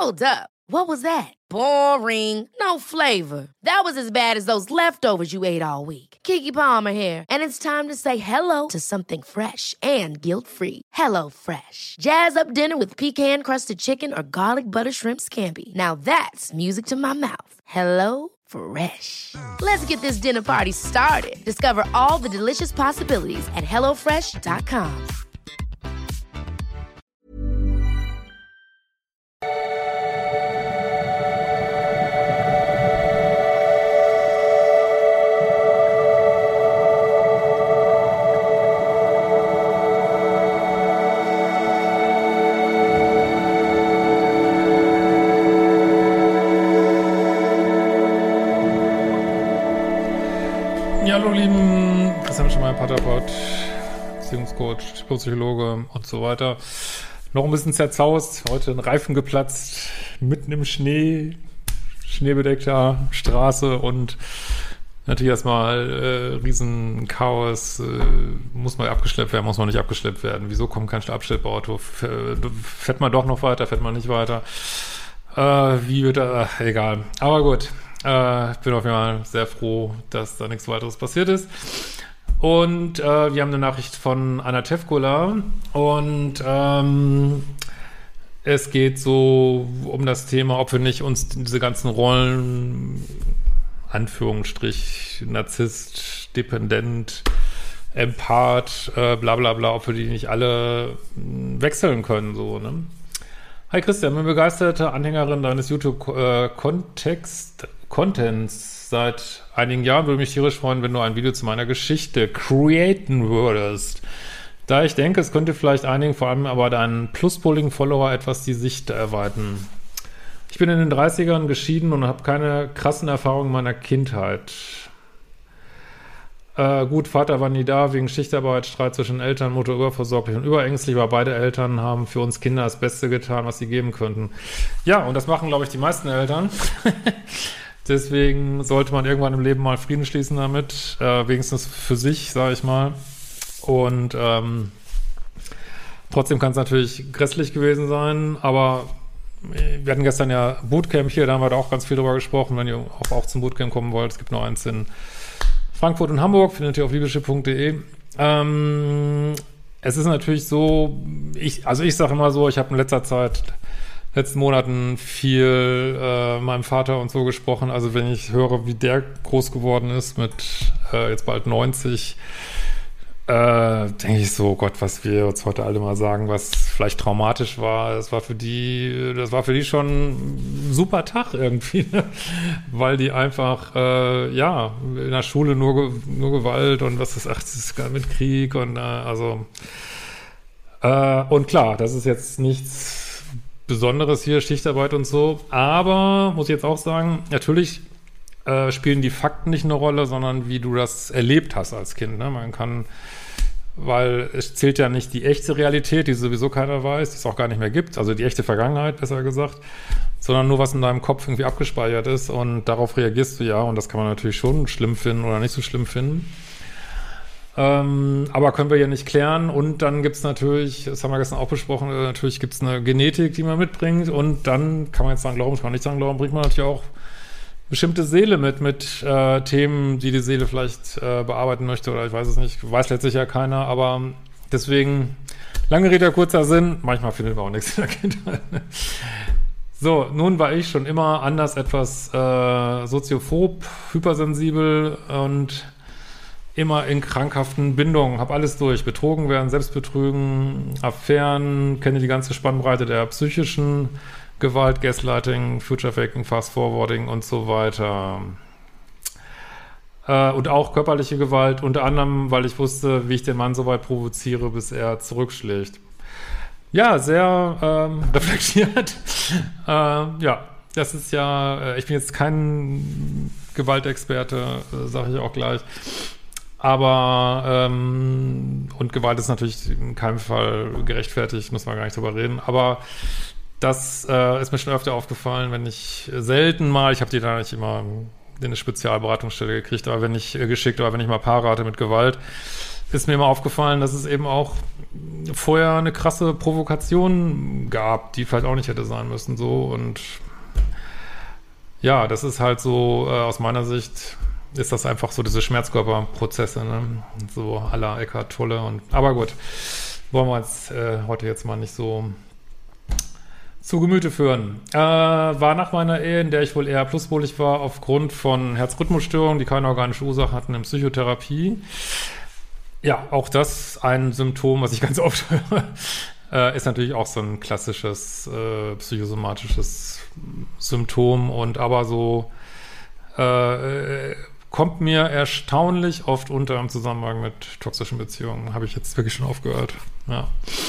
Hold up. What was that? Boring. No flavor. That was as bad as those leftovers you ate all week. Keke Palmer here. And it's time to say hello to something fresh and guilt-free. Hello Fresh. Jazz up dinner with pecan-crusted chicken or garlic butter shrimp scampi. Now that's music to my mouth. Hello Fresh. Let's get this dinner party started. Discover all the delicious possibilities at hellofresh.com. Ja, hallo lieben, Christian Schemeier, Paartherapeut, Beziehungscoach, Psychologe und so weiter. Noch ein bisschen zerzaust, heute ein Reifen geplatzt, mitten im Schnee, schneebedeckter Straße und natürlich erstmal riesen Chaos, muss man abgeschleppt werden, muss man nicht abgeschleppt werden. Wieso kommt kein Abschleppauto? Fährt man doch noch weiter, fährt man nicht weiter? Wie wird egal. Aber gut. Ich bin auf jeden Fall sehr froh, dass da nichts weiteres passiert ist. Und wir haben eine Nachricht von Anna Tevkola und es geht so um das Thema, ob wir nicht uns diese ganzen Rollen, Anführungsstrich, Narzisst, Dependent, Empath, bla bla bla, ob wir die nicht alle wechseln können, so, ne? Hi Christian, ich bin begeisterte Anhängerin deines YouTube-Contents seit einigen Jahren. Würde mich tierisch freuen, wenn du ein Video zu meiner Geschichte createn würdest. Da ich denke, es könnte vielleicht einigen, vor allem aber deinen Plus-Pulling-Follower etwas die Sicht erweitern. Ich bin in den 30ern geschieden und habe keine krassen Erfahrungen meiner Kindheit. Gut, Vater war nie da, wegen Schichtarbeit, Streit zwischen Eltern, Mutter übervorsorglich und überängstlich, aber beide Eltern haben für uns Kinder das Beste getan, was sie geben könnten. Ja, und das machen, glaube ich, die meisten Eltern. Deswegen sollte man irgendwann im Leben mal Frieden schließen damit, wenigstens für sich, sage ich mal. Und trotzdem kann es natürlich grässlich gewesen sein, aber wir hatten gestern ja Bootcamp hier, da haben wir da auch ganz viel drüber gesprochen, wenn ihr auch zum Bootcamp kommen wollt. Es gibt noch eins in Frankfurt und Hamburg, findet ihr auf liebeschip.de. Es ist natürlich so, ich sage immer so, ich habe in letzten Monaten viel meinem Vater und so gesprochen. Also wenn ich höre, wie der groß geworden ist mit jetzt bald 90, denke ich so, Gott, was wir uns heute alle mal sagen, was vielleicht traumatisch war, das war für die schon ein super Tag irgendwie, ne? Weil die einfach, in der Schule nur Gewalt und das ist gar mit Krieg und und klar, das ist jetzt nichts Besonderes hier, Schichtarbeit und so, aber muss ich jetzt auch sagen, natürlich spielen die Fakten nicht eine Rolle, sondern wie du das erlebt hast als Kind, ne? Man kann, weil es zählt ja nicht die echte Realität, die sowieso keiner weiß, die es auch gar nicht mehr gibt, also die echte Vergangenheit, besser gesagt, sondern nur, was in deinem Kopf irgendwie abgespeichert ist und darauf reagierst du ja und das kann man natürlich schon schlimm finden oder nicht so schlimm finden. Aber können wir ja nicht klären und dann gibt's natürlich, das haben wir gestern auch besprochen, natürlich gibt's eine Genetik, die man mitbringt und dann kann man jetzt sagen Glauben, kann man nicht sagen Glauben, bringt man natürlich auch bestimmte Seele mit Themen, die Seele vielleicht bearbeiten möchte oder ich weiß es nicht, weiß letztlich ja keiner, aber deswegen, lange Rede, kurzer Sinn, manchmal findet man auch nichts in der Kindheit. So, nun war ich schon immer anders etwas soziophob, hypersensibel und immer in krankhaften Bindungen, habe alles durch, betrogen werden, Selbstbetrügen, Affären, kenne die ganze Spannbreite der psychischen Gewalt, Gaslighting, Future-Faking, Fast-Forwarding und so weiter. Und auch körperliche Gewalt, unter anderem, weil ich wusste, wie ich den Mann so weit provoziere, bis er zurückschlägt. Ja, sehr reflektiert. Das ist ja, ich bin jetzt kein Gewaltexperte, sage ich auch gleich. Aber, und Gewalt ist natürlich in keinem Fall gerechtfertigt, müssen wir gar nicht drüber reden. Aber das ist mir schon öfter aufgefallen, wenn ich selten mal, ich habe die da nicht immer in eine Spezialberatungsstelle gekriegt, aber wenn ich mal Paare hatte mit Gewalt, ist mir immer aufgefallen, dass es eben auch vorher eine krasse Provokation gab, die vielleicht auch nicht hätte sein müssen, so. Und ja, das ist halt so, aus meiner Sicht ist das einfach so diese Schmerzkörperprozesse, ne? So à la Eckhart Tolle aber gut, wollen wir uns heute jetzt mal nicht so zu Gemüte führen. War nach meiner Ehe, in der ich wohl eher pluspolig war, aufgrund von Herzrhythmusstörungen, die keine organische Ursache hatten, in Psychotherapie. Ja, auch das ein Symptom, was ich ganz oft höre, ist natürlich auch so ein klassisches psychosomatisches Symptom und aber so kommt mir erstaunlich oft unter im Zusammenhang mit toxischen Beziehungen. Habe ich jetzt wirklich schon aufgehört. Ja.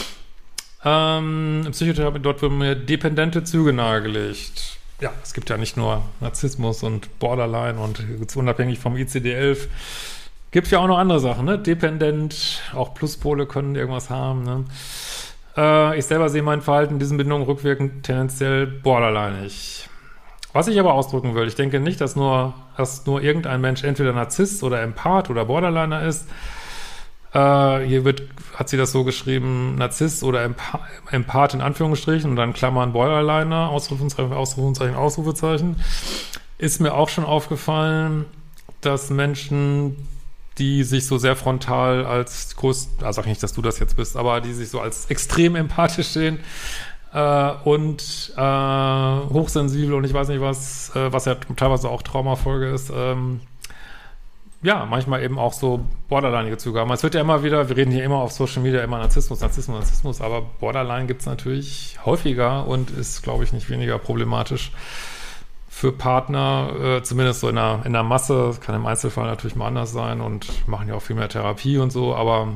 In Psychotherapie, dort wurden mir dependente Züge nahegelegt. Ja, es gibt ja nicht nur Narzissmus und Borderline und unabhängig vom ICD-11 gibt ja auch noch andere Sachen, ne? Dependent, auch Pluspole können irgendwas haben, ne? Ich selber sehe mein Verhalten in diesen Bindungen rückwirkend tendenziell borderlineig. Was ich aber ausdrücken will, ich denke nicht, dass nur irgendein Mensch entweder Narzisst oder Empath oder Borderliner ist. Hier hat sie das so geschrieben, Narzisst oder Empath in Anführungsstrichen und dann Klammern Borderliner, Ausrufezeichen, Ausrufezeichen, Ausrufezeichen. Ist mir auch schon aufgefallen, dass Menschen, die sich so sehr frontal als sag nicht, dass du das jetzt bist, aber die sich so als extrem empathisch sehen und hochsensibel und ich weiß nicht was ja teilweise auch Traumafolge ist, ja, manchmal eben auch so borderlineige Züge haben. Es wird ja immer wieder, wir reden hier immer auf Social Media immer Narzissmus, aber Borderline gibt es natürlich häufiger und ist, glaube ich, nicht weniger problematisch für Partner, zumindest so in der Masse. Das kann im Einzelfall natürlich mal anders sein und machen ja auch viel mehr Therapie und so, aber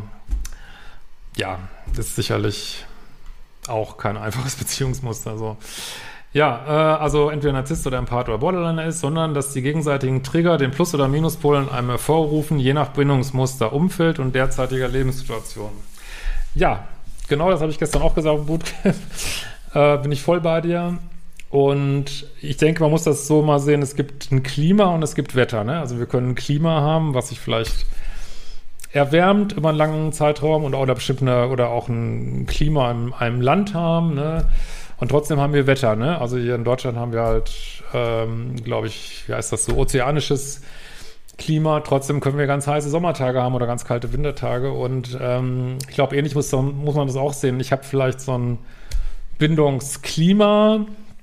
ja, das ist sicherlich auch kein einfaches Beziehungsmuster, so. Ja, also entweder Narzisst oder Empath oder Borderliner ist, sondern dass die gegenseitigen Trigger den Plus- oder Minuspol in einem hervorrufen, je nach Bindungsmuster, Umfeld und derzeitiger Lebenssituation. Ja, genau das habe ich gestern auch gesagt im Bootcamp. Bin ich voll bei dir. Und ich denke, man muss das so mal sehen, es gibt ein Klima und es gibt Wetter, ne? Also wir können ein Klima haben, was sich vielleicht erwärmt über einen langen Zeitraum und oder auch ein Klima in einem Land haben, ne? Und trotzdem haben wir Wetter, ne? Also hier in Deutschland haben wir halt, glaube ich, wie heißt das so, ozeanisches Klima. Trotzdem können wir ganz heiße Sommertage haben oder ganz kalte Wintertage. Und ich glaube, ähnlich muss man das auch sehen. Ich habe vielleicht so ein Bindungsklima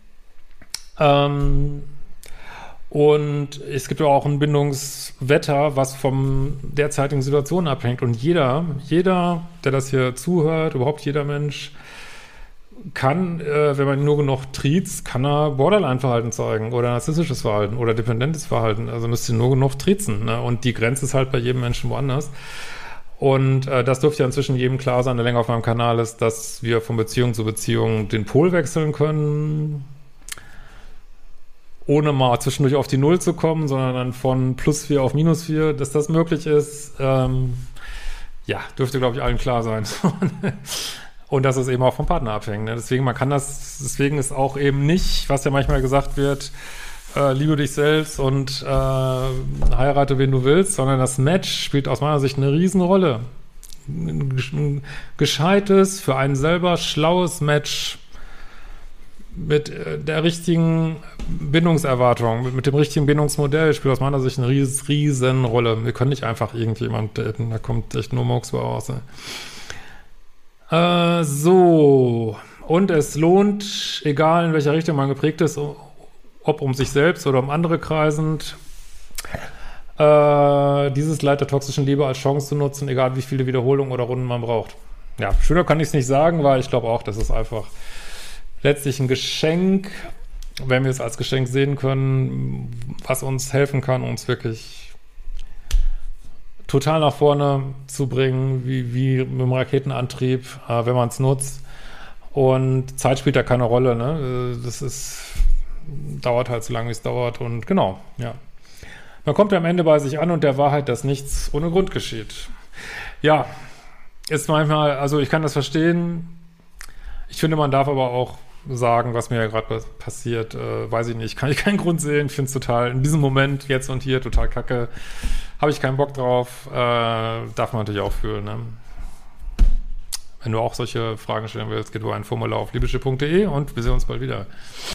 und es gibt ja auch ein Bindungswetter, was vom derzeitigen Situation abhängt. Und jeder, der das hier zuhört, überhaupt jeder Mensch, kann, wenn man nur genug triezt, kann er Borderline-Verhalten zeigen oder narzisstisches Verhalten oder dependentes Verhalten. Also müsst ihr nur genug triezen, ne? Und die Grenze ist halt bei jedem Menschen woanders. Und das dürfte ja inzwischen jedem klar sein, der länger auf meinem Kanal ist, dass wir von Beziehung zu Beziehung den Pol wechseln können, ohne mal zwischendurch auf die Null zu kommen, sondern dann von +4 auf -4, dass das möglich ist. Ja, dürfte, glaube ich, allen klar sein. Und dass es eben auch vom Partner abhängt. Ne? Deswegen ist auch eben nicht, was ja manchmal gesagt wird, liebe dich selbst und heirate, wen du willst, sondern das Match spielt aus meiner Sicht eine Riesenrolle. Ein gescheites, für einen selber schlaues Match mit der richtigen Bindungserwartung, mit dem richtigen Bindungsmodell spielt aus meiner Sicht eine Riesenrolle. Wir können nicht einfach irgendjemand daten, da kommt echt nur Murks bei raus. Ne? So, und es lohnt, egal in welcher Richtung man geprägt ist, ob um sich selbst oder um andere kreisend, dieses Leid der toxischen Liebe als Chance zu nutzen, egal wie viele Wiederholungen oder Runden man braucht. Ja, schöner kann ich es nicht sagen, weil ich glaube auch, das ist einfach letztlich ein Geschenk, wenn wir es als Geschenk sehen können, was uns helfen kann, uns wirklich total nach vorne zu bringen, wie mit dem Raketenantrieb, wenn man es nutzt. Und Zeit spielt da keine Rolle, ne? Dauert halt so lange, wie es dauert. Und genau, ja. Man kommt am Ende bei sich an und der Wahrheit, dass nichts ohne Grund geschieht. Ja, ist manchmal, also ich kann das verstehen. Ich finde, man darf aber auch sagen, was mir ja gerade passiert, weiß ich nicht, kann ich keinen Grund sehen. Ich finde es total, in diesem Moment, jetzt und hier, total kacke. habe ich keinen Bock drauf, darf man natürlich auch fühlen, ne? Wenn du auch solche Fragen stellen willst, geht über ein Formular auf liebeschiff.de und wir sehen uns bald wieder.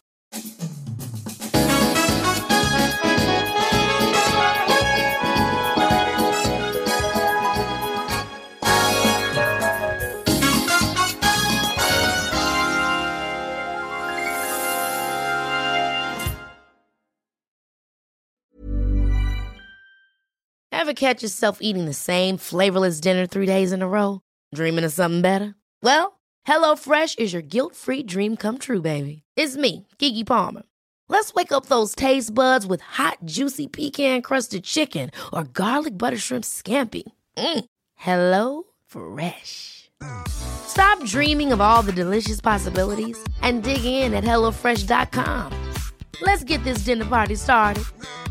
Ever catch yourself eating the same flavorless dinner 3 days in a row? Dreaming of something better? Well, HelloFresh is your guilt-free dream come true, baby. It's me, Keke Palmer. Let's wake up those taste buds with hot, juicy pecan-crusted chicken or garlic butter shrimp scampi. Hello Fresh. Stop dreaming of all the delicious possibilities and dig in at HelloFresh.com. Let's get this dinner party started.